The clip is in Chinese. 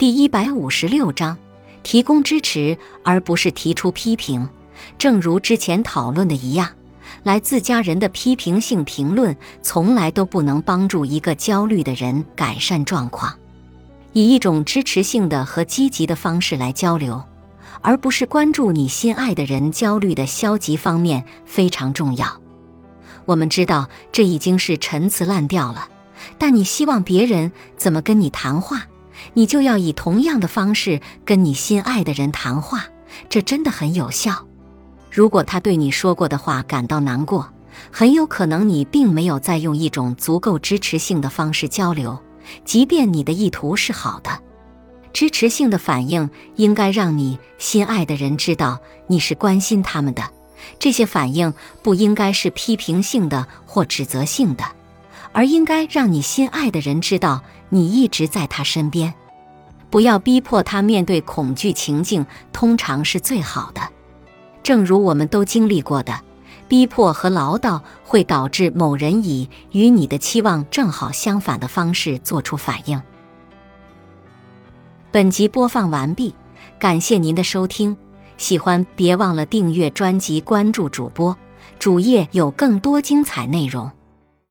第156章，提供支持而不是提出批评。正如之前讨论的一样，来自家人的批评性评论从来都不能帮助一个焦虑的人改善状况。以一种支持性的和积极的方式来交流，而不是关注你心爱的人焦虑的消极方面非常重要。我们知道这已经是陈词滥调了，但你希望别人怎么跟你谈话，你就要以同样的方式跟你心爱的人谈话，这真的很有效。如果他对你说过的话感到难过，很有可能你并没有在用一种足够支持性的方式交流，即便你的意图是好的。支持性的反应应该让你心爱的人知道你是关心他们的，这些反应不应该是批评性的或指责性的，而应该让你心爱的人知道你一直在他身边。不要逼迫他面对恐惧情境，通常是最好的。正如我们都经历过的，逼迫和唠叨会导致某人以与你的期望正好相反的方式做出反应。本集播放完毕，感谢您的收听，喜欢别忘了订阅专辑，关注主播，主页有更多精彩内容。